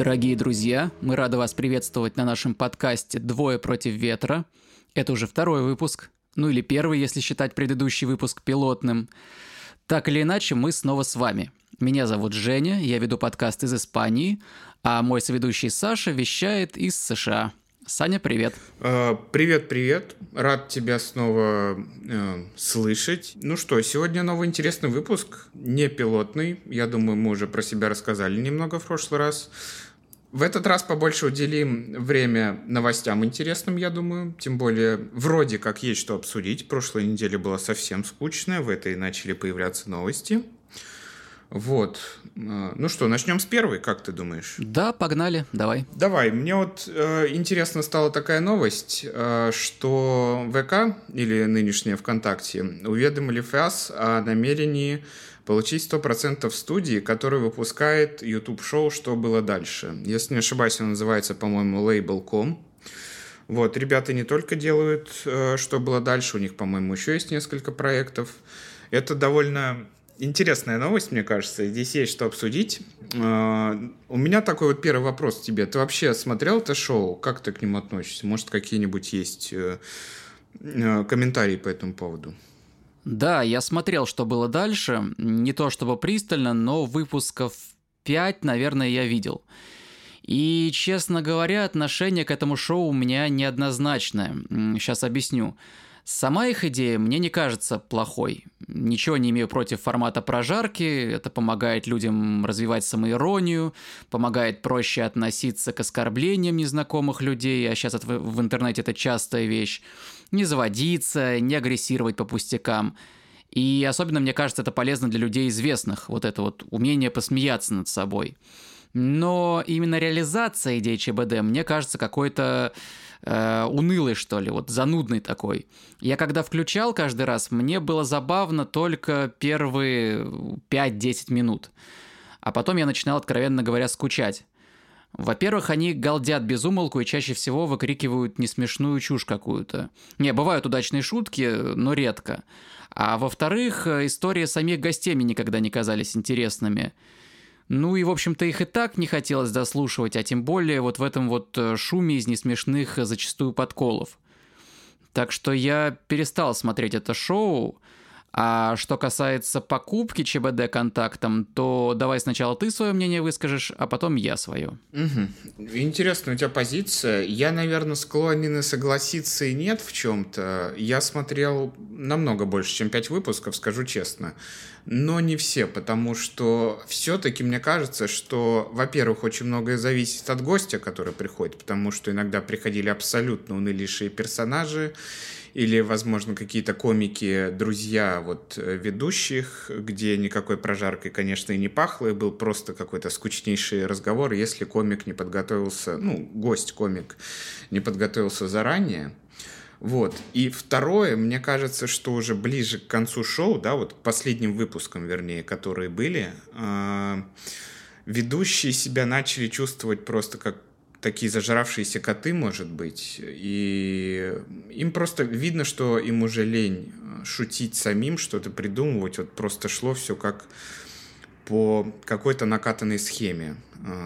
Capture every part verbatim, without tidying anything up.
Дорогие друзья, мы рады вас приветствовать на нашем подкасте «Двое против ветра». Это уже второй выпуск, ну или первый, если считать предыдущий выпуск пилотным. Так или иначе, мы снова с вами. Меня зовут Женя, я веду подкаст из Испании, а мой соведущий Саша вещает из США. Саня, привет. Привет, привет. Рад тебя снова э, слышать. Ну что, сегодня новый интересный выпуск, не пилотный. Я думаю, мы уже про себя рассказали немного в прошлый раз. В этот раз побольше уделим время новостям интересным, я думаю. Тем более, вроде как есть что обсудить. Прошлая неделя была совсем скучная, в этой начали появляться новости. Вот. Ну что, начнем с первой, как ты думаешь? Да, погнали, давай. Давай. Мне вот э, интересно стала такая новость, э, что ВК, или нынешнее ВКонтакте, уведомили ФАС о намерении получить сто процентов студии, которая выпускает YouTube-шоу «Что было дальше?». Если не ошибаюсь, оно называется, по-моему, Label точка ком. Вот, ребята не только делают э, «Что было дальше», у них, по-моему, еще есть несколько проектов. Это довольно интересная новость, мне кажется. Здесь есть что обсудить. Uh, у меня такой вот первый вопрос к тебе. Ты вообще смотрел это шоу? Как ты к нему относишься? Может, какие-нибудь есть uh, uh, комментарии по этому поводу? Да, я смотрел, что было дальше. Не то чтобы пристально, но выпусков пять, наверное, я видел. И, честно говоря, отношение к этому шоу у меня неоднозначное. Сейчас объясню. Сама их идея мне не кажется плохой. Ничего не имею против формата прожарки, это помогает людям развивать самоиронию, помогает проще относиться к оскорблениям незнакомых людей, а сейчас это в интернете это частая вещь, не заводиться, не агрессировать по пустякам. И особенно, мне кажется, это полезно для людей известных, вот это вот умение посмеяться над собой. Но именно реализация идеи ЧБД мне кажется какой-то э, унылой, что ли, вот занудной такой. Я когда включал каждый раз, мне было забавно только первые пять-десять минут. А потом я начинал, откровенно говоря, скучать. Во-первых, они галдят без умолку и чаще всего выкрикивают несмешную чушь какую-то. Не, бывают удачные шутки, но редко. А во-вторых, истории самих гостей мне никогда не казались интересными. Ну и, в общем-то, их и так не хотелось дослушивать, а тем более вот в этом вот шуме из несмешных зачастую подколов. Так что я перестал смотреть это шоу. А что касается покупки ЧБД контактом, то давай сначала ты свое мнение выскажешь, а потом я свое. Угу. Интересная у тебя позиция. Я, наверное, склонен и согласиться, и нет в чем-то. Я смотрел намного больше, чем пять выпусков, скажу честно. Но не все, потому что все-таки мне кажется, что, во-первых, очень многое зависит от гостя, который приходит, потому что иногда приходили абсолютно унылейшие персонажи, или, возможно, какие-то комики, друзья вот ведущих, где никакой прожаркой, конечно, и не пахло, и был просто какой-то скучнейший разговор, если комик не подготовился, ну, гость-комик не подготовился заранее. Вот. И второе, мне кажется, что уже ближе к концу шоу, да, вот к последним выпускам, вернее, которые были, э, ведущие себя начали чувствовать просто как такие зажравшиеся коты, может быть, и им просто видно, что им уже лень шутить самим, что-то придумывать, вот просто шло все как по какой-то накатанной схеме.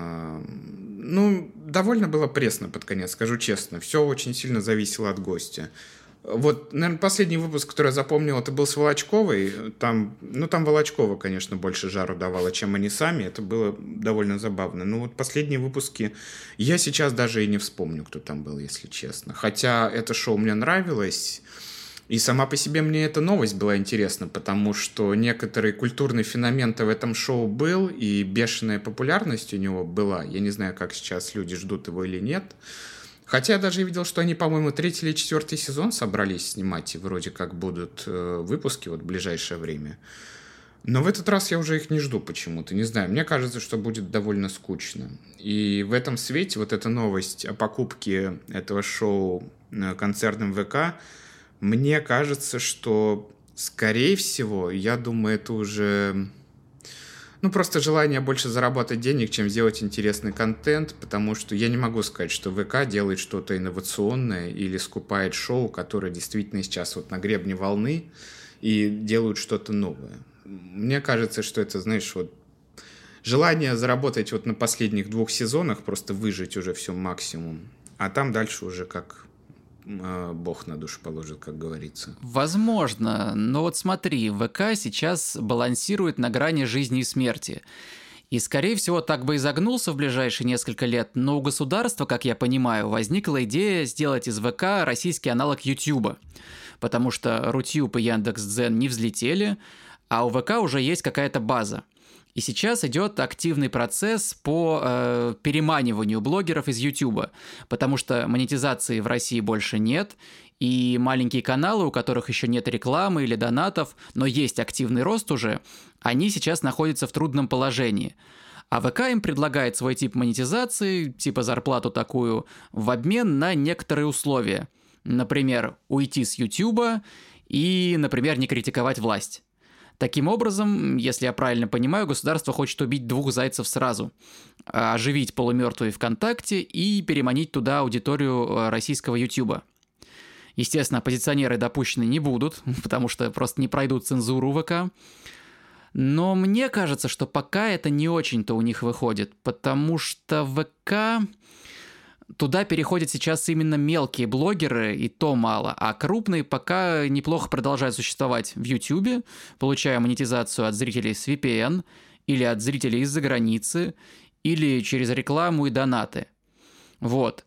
Ну, довольно было пресно под конец, скажу честно, все очень сильно зависело от гостя. Вот, наверное, последний выпуск, который я запомнил, это был с Волочковой. Там, ну, там Волочкова, конечно, больше жару давала, чем они сами. Это было довольно забавно. Но вот последние выпуски я сейчас даже и не вспомню, кто там был, если честно. Хотя это шоу мне нравилось. И сама по себе мне эта новость была интересна, потому что некоторый культурный феномен-то в этом шоу был, и бешеная популярность у него была. Я не знаю, как сейчас люди ждут его или нет. Хотя я даже видел, что они, по-моему, третий или четвертый сезон собрались снимать, и вроде как будут э, выпуски вот в ближайшее время. Но в этот раз я уже их не жду почему-то, не знаю. Мне кажется, что будет довольно скучно. И в этом свете вот эта новость о покупке этого шоу концерном ВК, мне кажется, что, скорее всего, я думаю, это уже... Ну, просто желание больше заработать денег, чем сделать интересный контент, потому что я не могу сказать, что ВК делает что-то инновационное или скупает шоу, которое действительно сейчас вот на гребне волны, и делают что-то новое. Мне кажется, что это, знаешь, вот Желание заработать вот на последних двух сезонах, просто выжить уже все максимум, а там дальше уже как э, Бог на душу положит, как говорится. Возможно, но вот смотри, ВК сейчас балансирует на грани жизни и смерти. И, скорее всего, так бы и загнулся в ближайшие несколько лет, но у государства, как я понимаю, возникла идея сделать из ВК российский аналог Ютуба. Потому что Рутюб и Яндекс.Дзен не взлетели, а у ВК уже есть какая-то база. И сейчас идет активный процесс по э, переманиванию блогеров из Ютуба, потому что монетизации в России больше нет, и маленькие каналы, у которых еще нет рекламы или донатов, но есть активный рост уже, они сейчас находятся в трудном положении. А ВК им предлагает свой тип монетизации, типа зарплату такую, в обмен на некоторые условия. Например, уйти с Ютуба и, например, не критиковать власть. Таким образом, если я правильно понимаю, государство хочет убить двух зайцев сразу. Оживить полумертвый ВКонтакте и переманить туда аудиторию российского Ютуба. Естественно, оппозиционеры допущены не будут, потому что просто не пройдут цензуру ВК. Но мне кажется, что пока это не очень-то у них выходит, потому что ВК... Туда переходят сейчас именно мелкие блогеры, и то мало, а крупные пока неплохо продолжают существовать в Ютубе, получая монетизацию от зрителей с ви пи эн, или от зрителей из-за границы, или через рекламу и донаты. Вот.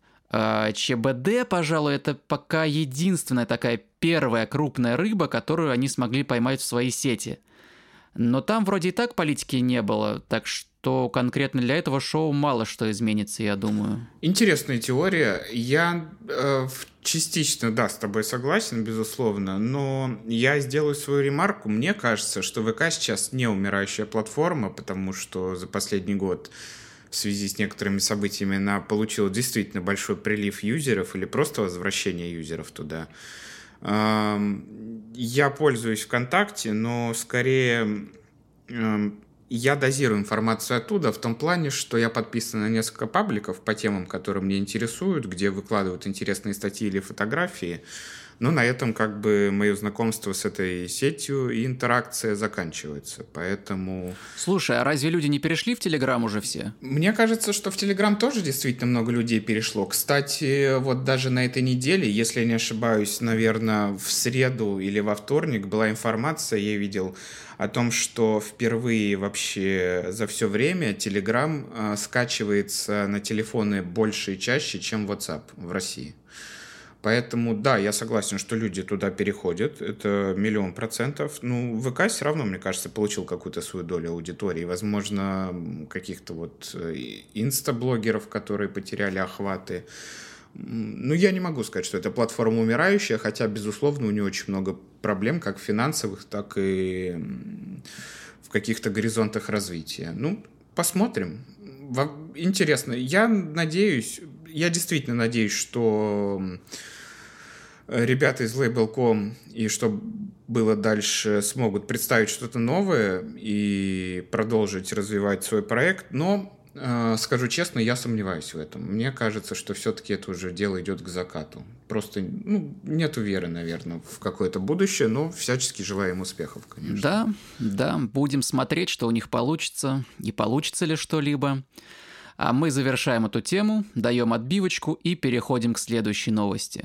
ЧБД, пожалуй, это пока единственная такая первая крупная рыба, которую они смогли поймать в свои сети. Но там вроде и так политики не было, так что конкретно для этого шоу мало что изменится, я думаю. Интересная теория. Я э, частично, да, с тобой согласен, безусловно, но я сделаю свою ремарку. Мне кажется, что ВК сейчас не умирающая платформа, потому что за последний год в связи с некоторыми событиями она получила действительно большой прилив юзеров или просто возвращение юзеров туда. Я пользуюсь ВКонтакте, но скорее я дозирую информацию оттуда в том плане, что я подписан на несколько пабликов по темам, которые меня интересуют, где выкладывают интересные статьи или фотографии. Но на этом как бы мое знакомство с этой сетью и интеракция заканчивается, поэтому... Слушай, а разве люди не перешли в Телеграм уже все? Мне кажется, что в Телеграм тоже действительно много людей перешло. Кстати, вот даже на этой неделе, если я не ошибаюсь, наверное, в среду или во вторник была информация, я видел о том, что впервые вообще за все время Телеграм э, скачивается на телефоны больше и чаще, чем WhatsApp в России. Поэтому, да, я согласен, что люди туда переходят, это миллион процентов. Ну, ВК все равно, мне кажется, получил какую-то свою долю аудитории. Возможно, каких-то вот инстаблогеров, которые потеряли охваты. Ну, я не могу сказать, что это платформа умирающая, хотя, безусловно, у нее очень много проблем, как финансовых, так и в каких-то горизонтах развития. Ну, посмотрим. Интересно. Я надеюсь, я действительно надеюсь, что ребята из Label точка ком и что было дальше смогут представить что-то новое и продолжить развивать свой проект, но, э, скажу честно, я сомневаюсь в этом. Мне кажется, что все-таки это уже дело идет к закату. Просто ну, нету веры, наверное, в какое-то будущее, но всячески желаю им успехов, конечно. Да, да, будем смотреть, что у них получится и получится ли что-либо. А мы завершаем эту тему, даем отбивочку и переходим к следующей новости.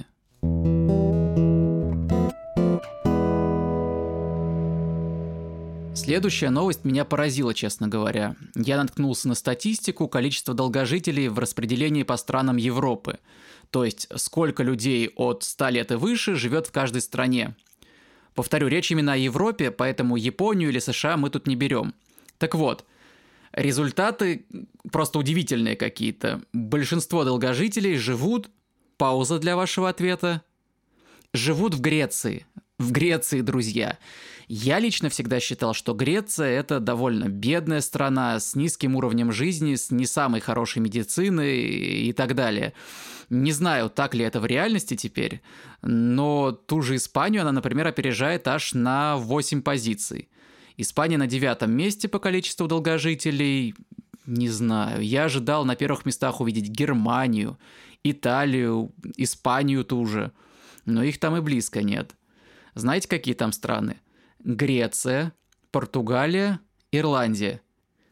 Следующая новость меня поразила, честно говоря. Я наткнулся на статистику количества долгожителей в распределении по странам Европы. То есть, сколько людей от ста лет и выше живет в каждой стране. Повторю, речь именно о Европе, поэтому Японию или США мы тут не берем. Так вот, результаты просто удивительные какие-то. Большинство долгожителей живут, пауза для вашего ответа, живут в Греции. В Греции, друзья. Я лично всегда считал, что Греция – это довольно бедная страна с низким уровнем жизни, с не самой хорошей медициной и так далее. Не знаю, так ли это в реальности теперь, но ту же Испанию она, например, опережает аж на восемь позиций. Испания на девятом месте по количеству долгожителей. Не знаю, я ожидал на первых местах увидеть Германию, Италию, Испанию ту же, но их там и близко нет. Знаете, какие там страны? Греция, Португалия, Ирландия.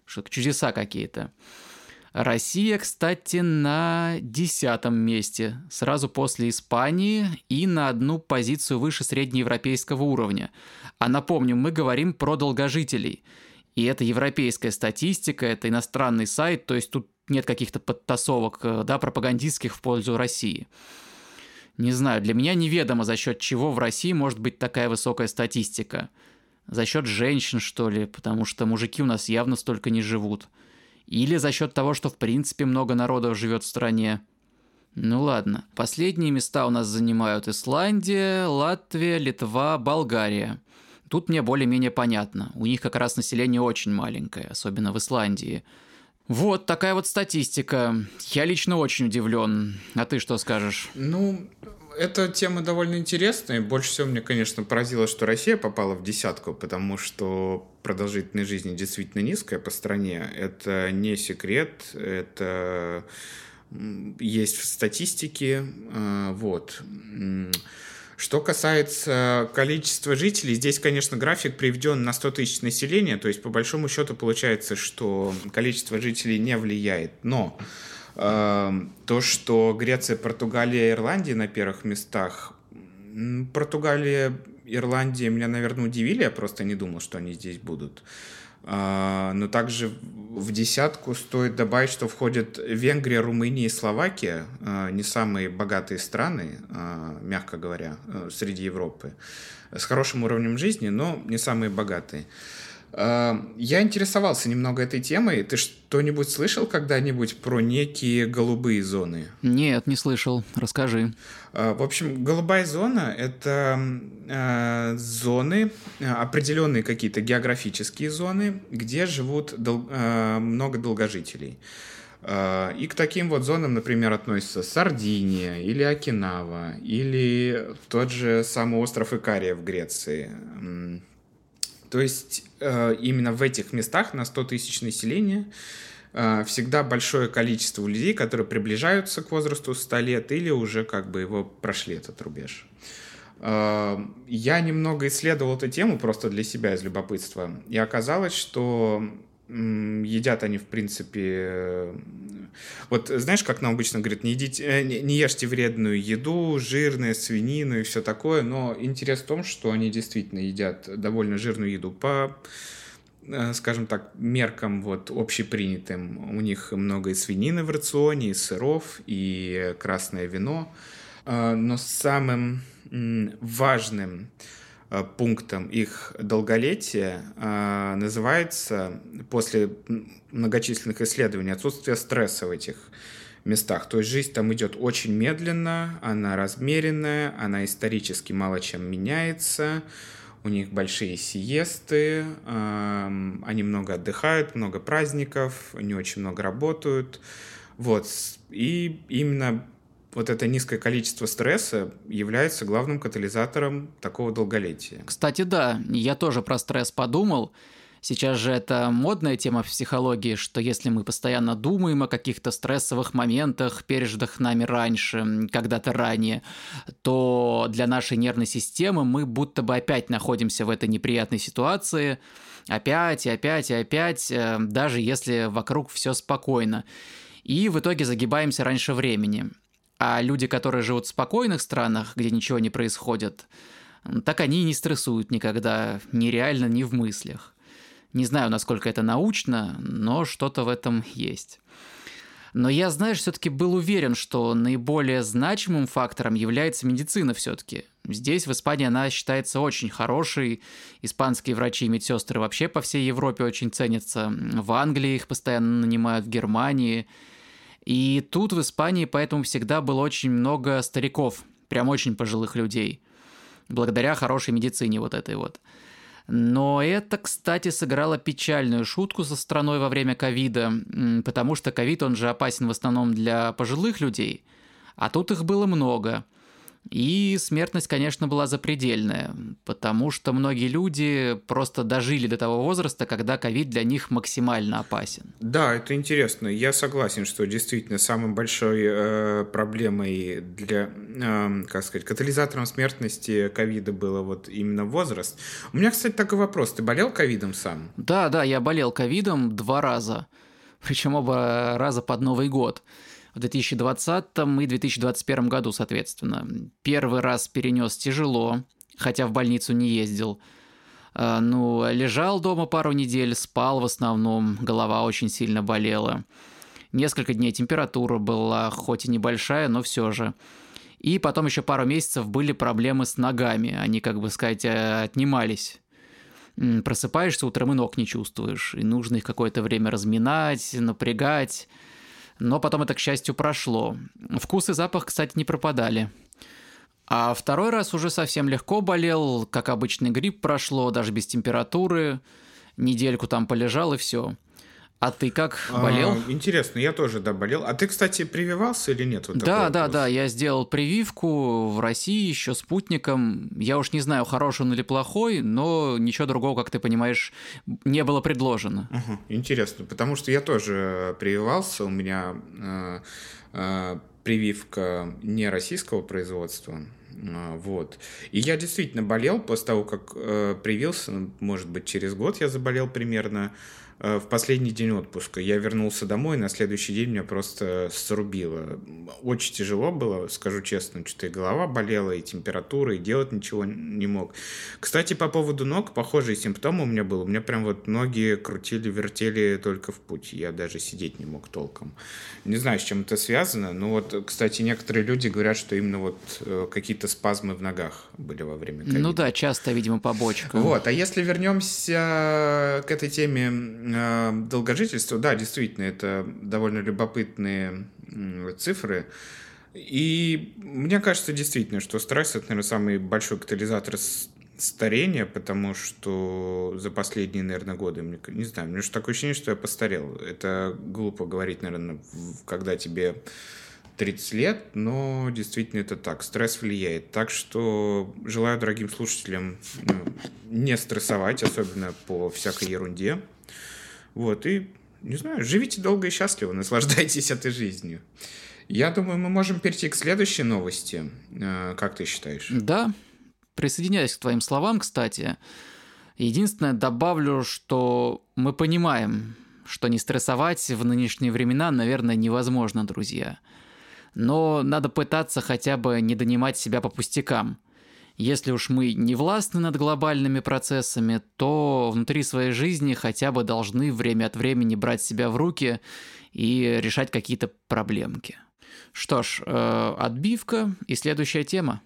что чудеса какие-то. Россия, кстати, на десятом месте, сразу после Испании и на одну позицию выше среднеевропейского уровня. А напомню, мы говорим про долгожителей. И это европейская статистика, это иностранный сайт, то есть тут нет каких-то подтасовок, да, пропагандистских в пользу России. Не знаю, для меня неведомо, за счет чего в России может быть такая высокая статистика. За счет женщин, что ли, потому что мужики у нас явно столько не живут. Или за счет того, что в принципе много народов живет в стране. Ну ладно. Последние места у нас занимают Исландия, Латвия, Литва, Болгария. Тут мне более-менее понятно. У них как раз население очень маленькое, особенно в Исландии. Вот такая вот статистика. Я лично очень удивлен. А ты что скажешь? Ну, эта тема довольно интересная. Больше всего мне, конечно, поразило, что Россия попала в десятку, потому что продолжительность жизни действительно низкая по стране. Это не секрет, это есть в статистике. Вот. Что касается количества жителей, здесь, конечно, график приведен на сто тысяч населения, то есть по большому счету получается, что количество жителей не влияет. Но э, то, что Греция, Португалия, Ирландия на первых местах, Португалия, Ирландия меня, наверное, удивили, я просто не думал, что они здесь будут. Э, но также в десятку стоит добавить, что входят Венгрия, Румыния и Словакия, не самые богатые страны, мягко говоря, среди Европы, с хорошим уровнем жизни, но не самые богатые. Я интересовался немного этой темой. Ты что-нибудь слышал когда-нибудь про некие голубые зоны? Нет, не слышал. Расскажи. В общем, голубая зона — это э, зоны, определенные какие-то географические зоны, где живут дол- э, много долгожителей. Э, и к таким вот зонам, например, относятся Сардиния или Окинава, или тот же самый остров Икария в Греции. То есть э, именно в этих местах на сто тысяч населения э, всегда большое количество людей, которые приближаются к возрасту ста лет или уже как бы его прошли этот рубеж. Э, я немного исследовал эту тему просто для себя из любопытства, и оказалось, что м, едят они в принципе... Вот знаешь, как нам обычно говорят, не, едите, не ешьте вредную еду, жирную свинину и все такое, но интерес в том, что они действительно едят довольно жирную еду по, скажем так, меркам вот общепринятым. У них много и свинины в рационе, и сыров, и красное вино. Но самым важным пунктом их долголетия э, называется, после многочисленных исследований, отсутствие стресса в этих местах. То есть жизнь там идет очень медленно, она размеренная, она исторически мало чем меняется, у них большие сиесты, э, они много отдыхают, много праздников, они очень много работают. Вот. И именно вот это низкое количество стресса является главным катализатором такого долголетия. Кстати, да, я тоже про стресс подумал. Сейчас же это модная тема в психологии, что если мы постоянно думаем о каких-то стрессовых моментах, пережитых нами раньше, когда-то ранее, то для нашей нервной системы мы будто бы опять находимся в этой неприятной ситуации, опять и опять и опять, даже если вокруг все спокойно. И в итоге загибаемся раньше времени. А люди, которые живут в спокойных странах, где ничего не происходит, так они и не стрессуют никогда, ни реально, ни в мыслях. Не знаю, насколько это научно, но что-то в этом есть. Но я, знаешь, все-таки был уверен, что наиболее значимым фактором является медицина все-таки. Здесь, в Испании, она считается очень хорошей. Испанские врачи и медсестры вообще по всей Европе очень ценятся. В Англии их постоянно нанимают, в Германии. И тут в Испании поэтому всегда было очень много стариков, прям очень пожилых людей, благодаря хорошей медицине вот этой вот. Но это, кстати, сыграло печальную шутку со страной во время ковида, потому что ковид, он же опасен в основном для пожилых людей, а тут их было много. И смертность, конечно, была запредельная, потому что многие люди просто дожили до того возраста, когда ковид для них максимально опасен. Да, это интересно. Я согласен, что действительно самой большой э, проблемой для, э, как сказать, катализатором смертности ковида было вот именно возраст. У меня, кстати, такой вопрос. Ты болел ковидом сам? Да, да, я болел ковидом два раза, причем оба раза под Новый год. В две тысячи двадцатом и две тысячи двадцать первом году, соответственно. Первый раз перенес тяжело, хотя в больницу не ездил. Ну, лежал дома пару недель, спал в основном, голова очень сильно болела. Несколько дней температура была, хоть и небольшая, но все же. И потом еще пару месяцев были проблемы с ногами, они, как бы сказать, отнимались. Просыпаешься утром и ног не чувствуешь, и нужно их какое-то время разминать, напрягать. Но потом это, к счастью, прошло. Вкус и запах, кстати, не пропадали. А второй раз уже совсем легко болел, как обычный грипп прошло, даже без температуры. Недельку там полежал и все. А ты как, болел? А, интересно, я тоже, да, болел. А ты, кстати, прививался или нет? Вот да, да, да, я сделал прививку в России еще спутником. Я уж не знаю, хороший он или плохой, но ничего другого, как ты понимаешь, не было предложено. Угу, интересно, потому что я тоже прививался, у меня э, э, прививка не российского производства. Вот. И я действительно болел после того, как э, привился, может быть, через год я заболел примерно. В последний день отпуска я вернулся домой, на следующий день меня просто срубило. Очень тяжело было, скажу честно, что-то и голова болела, и температура, и делать ничего не мог. Кстати, по поводу ног, похожие симптомы у меня были. У меня прям вот ноги крутили, вертели только в путь. Я даже сидеть не мог толком. Не знаю, с чем это связано, но вот, кстати, некоторые люди говорят, что именно вот какие-то спазмы в ногах были во время ковида. Ну да, часто, видимо, побочка. Вот, а если вернемся к этой теме долгожительства, да, действительно, это довольно любопытные цифры. И мне кажется, действительно, что стресс – это, наверное, самый большой катализатор старения, потому что за последние, наверное, годы, мне, не знаю, у меня же такое ощущение, что я постарел. Это глупо говорить, наверное, когда тебе тридцать лет, но действительно это так. Стресс влияет. Так что желаю дорогим слушателям не стрессовать, особенно по всякой ерунде. Вот, и, не знаю, живите долго и счастливо, наслаждайтесь этой жизнью. Я думаю, мы можем перейти к следующей новости. Как ты считаешь? Да, присоединяюсь к твоим словам, кстати. Единственное, добавлю, что мы понимаем, что не стрессовать в нынешние времена, наверное, невозможно, друзья. Но надо пытаться хотя бы не донимать себя по пустякам. Если уж мы не властны над глобальными процессами, то внутри своей жизни хотя бы должны время от времени брать себя в руки и решать какие-то проблемки. Что ж, э, отбивка и следующая тема.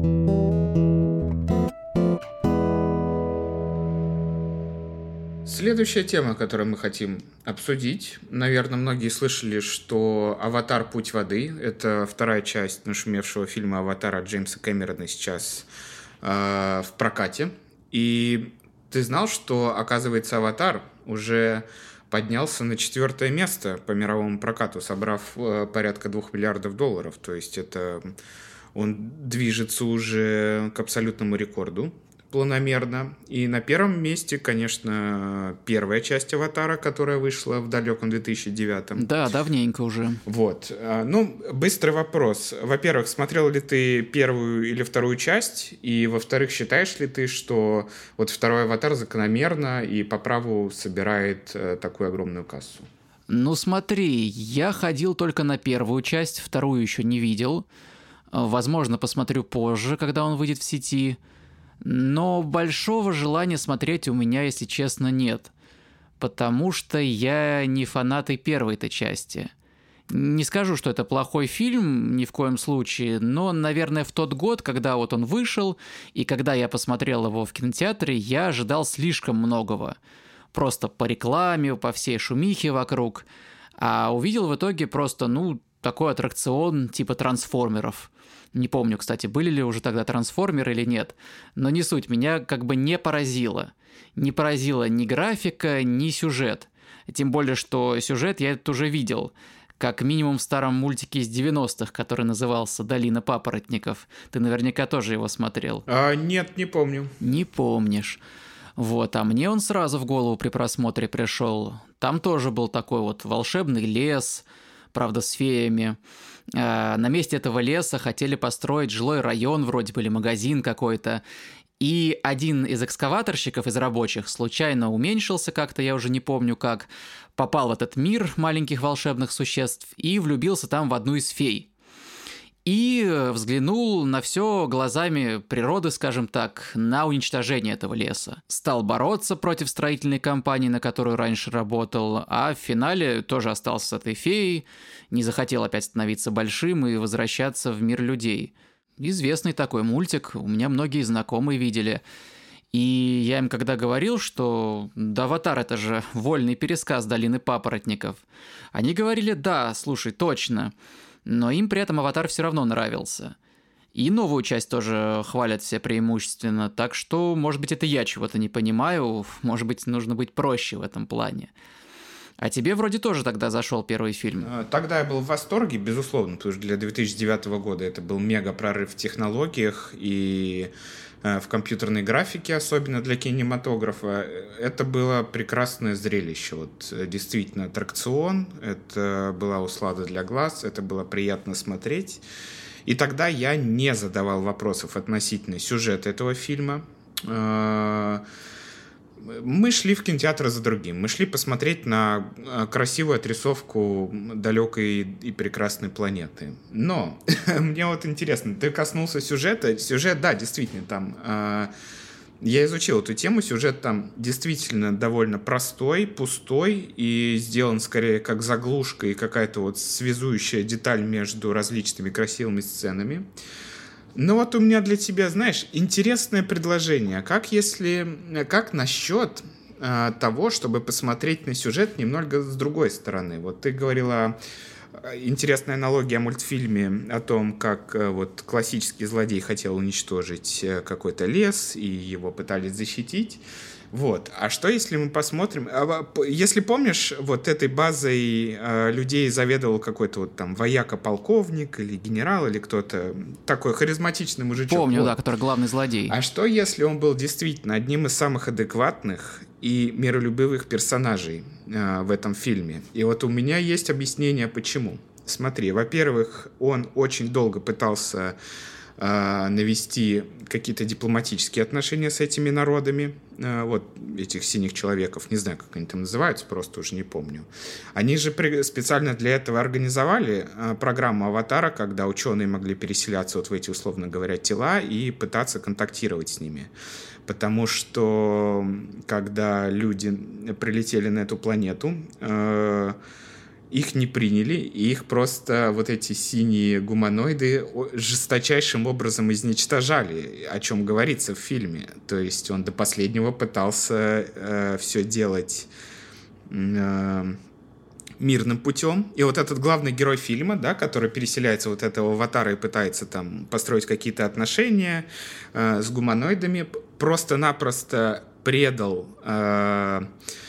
Следующая тема, которую мы хотим обсудить. Наверное, многие слышали, что «Аватар. Путь воды» — это вторая часть нашумевшего фильма «Аватар» от Джеймса Кэмерона сейчас э, в прокате. И ты знал, что, оказывается, «Аватар» уже поднялся на четвертое место по мировому прокату, собрав э, порядка двух миллиардов долларов. То есть это он движется уже к абсолютному рекорду планомерно. И на первом месте, конечно, первая часть «Аватара», которая вышла в далеком две тысячи девятом. Да, давненько уже. Вот. Ну, быстрый вопрос. Во-первых, смотрел ли ты первую или вторую часть? И, во-вторых, считаешь ли ты, что вот второй «Аватар» закономерно и по праву собирает такую огромную кассу? Ну смотри, я ходил только на первую часть, вторую еще не видел. Возможно, посмотрю позже, когда он выйдет в сети. Но большого желания смотреть у меня, если честно, нет. Потому что я не фанат и первой-то части. Не скажу, что это плохой фильм, ни в коем случае, но, наверное, в тот год, когда вот он вышел, и когда я посмотрел его в кинотеатре, я ожидал слишком многого. Просто по рекламе, по всей шумихе вокруг. А увидел в итоге просто, ну, такой аттракцион типа «Трансформеров». Не помню, кстати, были ли уже тогда трансформеры или нет, но не суть, меня как бы не поразило. Не поразила ни графика, ни сюжет. Тем более, что сюжет я этот уже видел. Как минимум в старом мультике из девяностых, который назывался «Долина папоротников». Ты наверняка тоже его смотрел. А, нет, не помню. Не помнишь. Вот, а мне он сразу в голову при просмотре пришел. Там тоже был такой вот волшебный лес, правда, с феями. А на месте этого леса хотели построить жилой район, вроде бы, или магазин какой-то. И один из экскаваторщиков, из рабочих, случайно уменьшился как-то, я уже не помню как, попал в этот мир маленьких волшебных существ и влюбился там в одну из фей. И взглянул на все глазами природы, скажем так, на уничтожение этого леса. Стал бороться против строительной компании, на которую раньше работал, а в финале тоже остался с этой феей, не захотел опять становиться большим и возвращаться в мир людей. Известный такой мультик, у меня многие знакомые видели. И я им когда говорил, что да, «Аватар» — это же вольный пересказ «Долины папоротников», они говорили: да, слушай, точно. Но им при этом «Аватар» все равно нравился. И новую часть тоже хвалят все преимущественно, так что, может быть, это я чего-то не понимаю, может быть, нужно быть проще в этом плане. А тебе вроде тоже тогда зашел первый фильм. Тогда я был в восторге, безусловно, потому что для две тысячи девятого года это был мега прорыв в технологиях и в компьютерной графике, особенно для кинематографа. Это было прекрасное зрелище. Вот, действительно, аттракцион, это была услада для глаз, это было приятно смотреть. И тогда я не задавал вопросов относительно сюжета этого фильма. Мы шли в кинотеатр за другим. Мы шли посмотреть на красивую отрисовку далекой и прекрасной планеты. Но мне вот интересно, ты коснулся сюжета. Сюжет, да, действительно, там... Э, я изучил эту тему. Сюжет там действительно довольно простой, пустой и сделан скорее как заглушка и какая-то вот связующая деталь между различными красивыми сценами. Ну вот у меня для тебя, знаешь, интересное предложение. Как если, как насчет э, того, чтобы посмотреть на сюжет немного с другой стороны? Вот ты говорила, интересная аналогия о мультфильме, о том, как э, вот классический злодей хотел уничтожить какой-то лес, и его пытались защитить. Вот. А что, если мы посмотрим... Если помнишь, вот этой базой э, людей заведовал какой-то вот там вояка-полковник или генерал, или кто-то такой харизматичный мужичок. Помню, вот. Да, который главный злодей. А что, если он был действительно одним из самых адекватных и миролюбивых персонажей э, в этом фильме? И вот у меня есть объяснение, почему. Смотри, во-первых, он очень долго пытался э, навести какие-то дипломатические отношения с этими народами, э, вот этих синих человеков, не знаю, как они там называются, просто уже не помню. Они же при, специально для этого организовали э, программу «Аватара», когда ученые могли переселяться вот в эти, условно говоря, тела и пытаться контактировать с ними. Потому что когда люди прилетели на эту планету, э, их не приняли, и их просто вот эти синие гуманоиды жесточайшим образом изничтожали, о чем говорится в фильме. То есть он до последнего пытался э, все делать э, мирным путем. И вот этот главный герой фильма, да, который переселяется вот этого аватара и пытается там построить какие-то отношения э, с гуманоидами, просто-напросто предал... Э,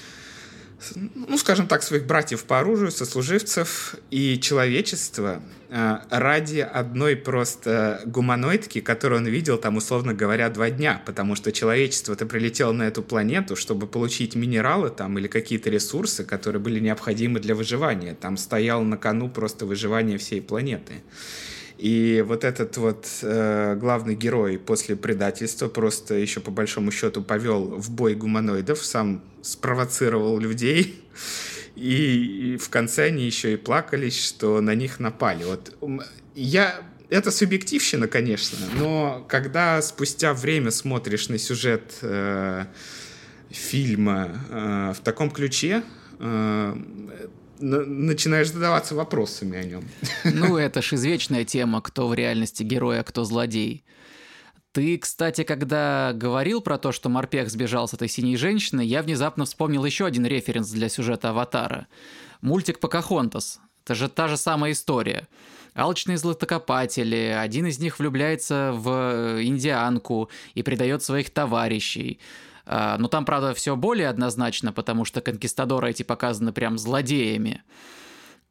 ну, скажем так, своих братьев по оружию, сослуживцев и человечества э, ради одной просто гуманоидки, которую он видел там, условно говоря, два дня, потому что человечество-то прилетело на эту планету, чтобы получить минералы там или какие-то ресурсы, которые были необходимы для выживания. Там стоял на кону просто выживание всей планеты. И вот этот вот э, главный герой после предательства просто еще по большому счету повел в бой гуманоидов, сам спровоцировал людей, и, и в конце они еще и плакались, что на них напали. Вот я... Это субъективщина, конечно, но когда спустя время смотришь на сюжет э, фильма э, в таком ключе, э, начинаешь задаваться вопросами о нем. Ну, это ж извечная тема, кто в реальности герой, а кто злодей. Ты, кстати, когда говорил про то, что Морпех сбежал с этой синей женщиной, я внезапно вспомнил еще один референс для сюжета «Аватара». Мультик «Покахонтас». Это же та же самая история. Алчные златокопатели, один из них влюбляется в индианку и предает своих товарищей. Но там, правда, все более однозначно, потому что конкистадоры эти показаны прям злодеями.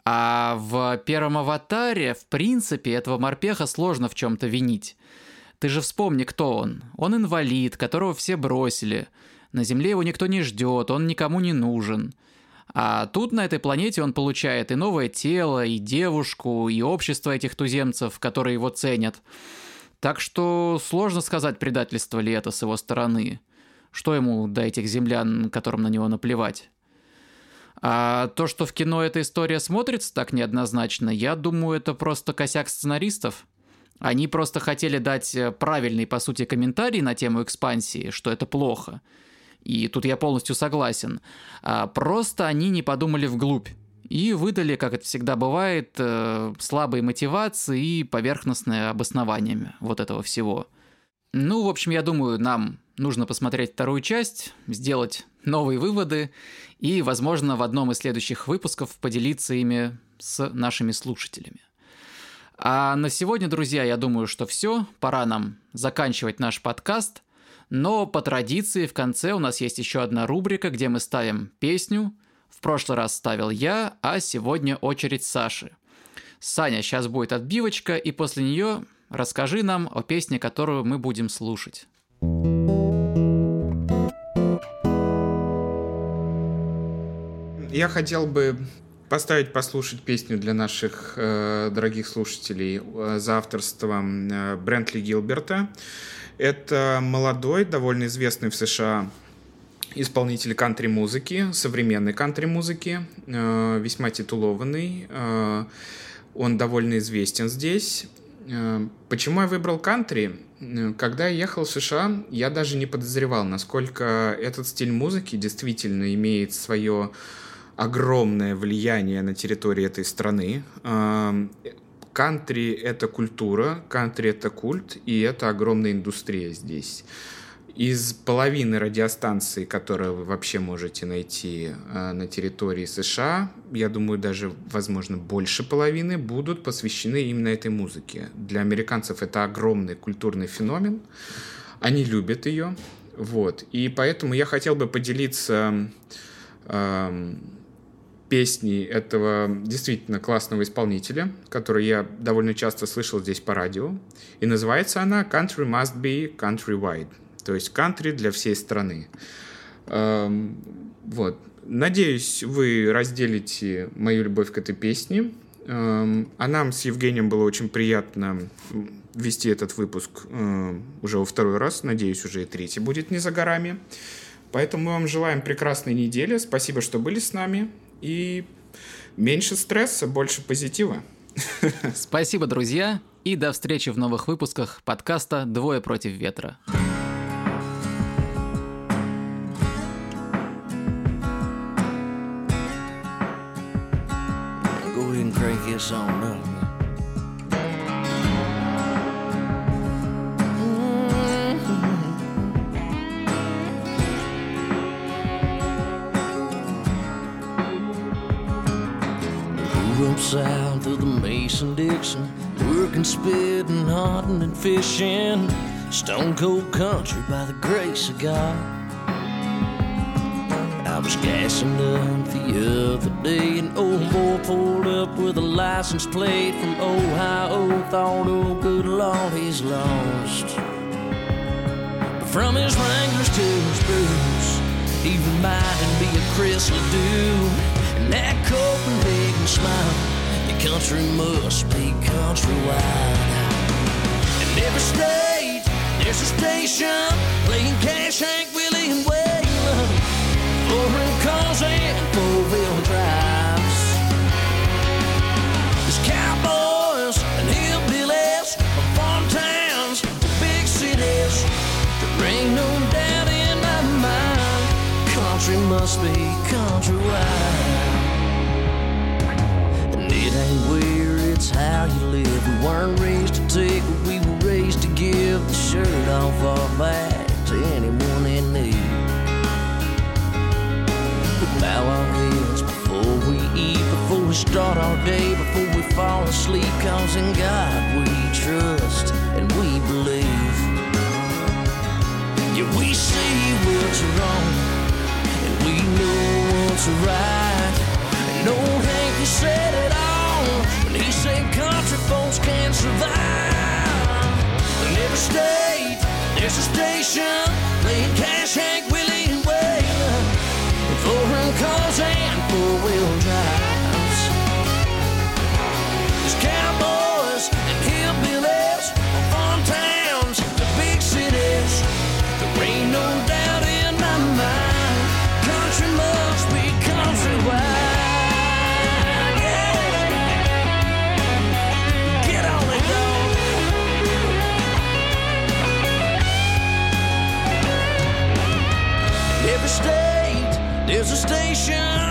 А в первом «Аватаре», в принципе, этого морпеха сложно в чем-то винить. Ты же вспомни, кто он. Он инвалид, которого все бросили. На Земле его никто не ждет, он никому не нужен. А тут, на этой планете, он получает и новое тело, и девушку, и общество этих туземцев, которые его ценят. Так что сложно сказать, предательство ли это с его стороны. Что ему до этих землян, которым на него наплевать? А то, что в кино эта история смотрится так неоднозначно, я думаю, это просто косяк сценаристов. Они просто хотели дать правильный, по сути, комментарий на тему экспансии, что это плохо. И тут я полностью согласен. А просто они не подумали вглубь. И выдали, как это всегда бывает, э, слабые мотивации и поверхностное обоснование вот этого всего. Ну, в общем, я думаю, нам нужно посмотреть вторую часть, сделать новые выводы и, возможно, в одном из следующих выпусков поделиться ими с нашими слушателями. А на сегодня, друзья, я думаю, что все. Пора нам заканчивать наш подкаст. Но по традиции в конце у нас есть еще одна рубрика, где мы ставим песню. В прошлый раз ставил я, а сегодня очередь Саши. Саня, сейчас будет отбивочка, и после нее расскажи нам о песне, которую мы будем слушать. Я хотел бы поставить послушать песню для наших э, дорогих слушателей э, за авторством э, Брентли Гилберта. Это молодой, довольно известный в США исполнитель кантри-музыки, современной кантри-музыки, э, весьма титулованный. Э, он довольно известен здесь. Э, почему я выбрал кантри? Когда я ехал в США, я даже не подозревал, насколько этот стиль музыки действительно имеет свое огромное влияние на территории этой страны. Кантри — это культура, кантри — это культ, и это огромная индустрия здесь. Из половины радиостанций, которые вы вообще можете найти на территории США, я думаю, даже, возможно, больше половины будут посвящены именно этой музыке. Для американцев это огромный культурный феномен. Они любят ее. Вот. И поэтому я хотел бы поделиться э, песней этого действительно классного исполнителя, который я довольно часто слышал здесь по радио. И называется она «Country must be countrywide». То есть «Country для всей страны». Эм, вот. Надеюсь, вы разделите мою любовь к этой песне. Эм, а нам с Евгением было очень приятно вести этот выпуск э, уже во второй раз. Надеюсь, уже и третий будет не за горами. Поэтому мы вам желаем прекрасной недели. Спасибо, что были с нами. И меньше стресса, больше позитива. Спасибо, друзья. И до встречи в новых выпусках подкаста «Двое против ветра». On up. Grew up south of the Mason-Dixon, working, spitting, hunting, and fishing. Stone cold country by the grace of God. I was gassing up the other day, an old boy pulled up with a license plate from Ohio. Thought, oh good Lord, he's lost. But from his Wranglers to his boots, he reminded me of Chris Ledoux. And that Copenhagen smile, your country must be countrywide. In every state, there's a station playing Cash, Hank, Willie, and Waylon. Four-wheel cars and four-wheel drives. There's cowboys and hillbillies from farm towns to big cities. There ain't no doubt in my mind, country must be countrywide. And it ain't where, it's how you live. We weren't raised to take what we were raised to give. The shirt off our back to anyone in need. Bow our heads before we eat, before we start our day, before we fall asleep. Cause in God we trust and we believe. Yeah, we see what's wrong and we know what's right. And old Hank, he said it all. state, there's a station playing Cash, Hank, Willie, and Waylon. Four-wheel cars and four-wheel drives. There's cowboys and hillbillies, farm towns, the big cities. There ain't no doubt in my mind, country must be countrywide. Every state, there's a station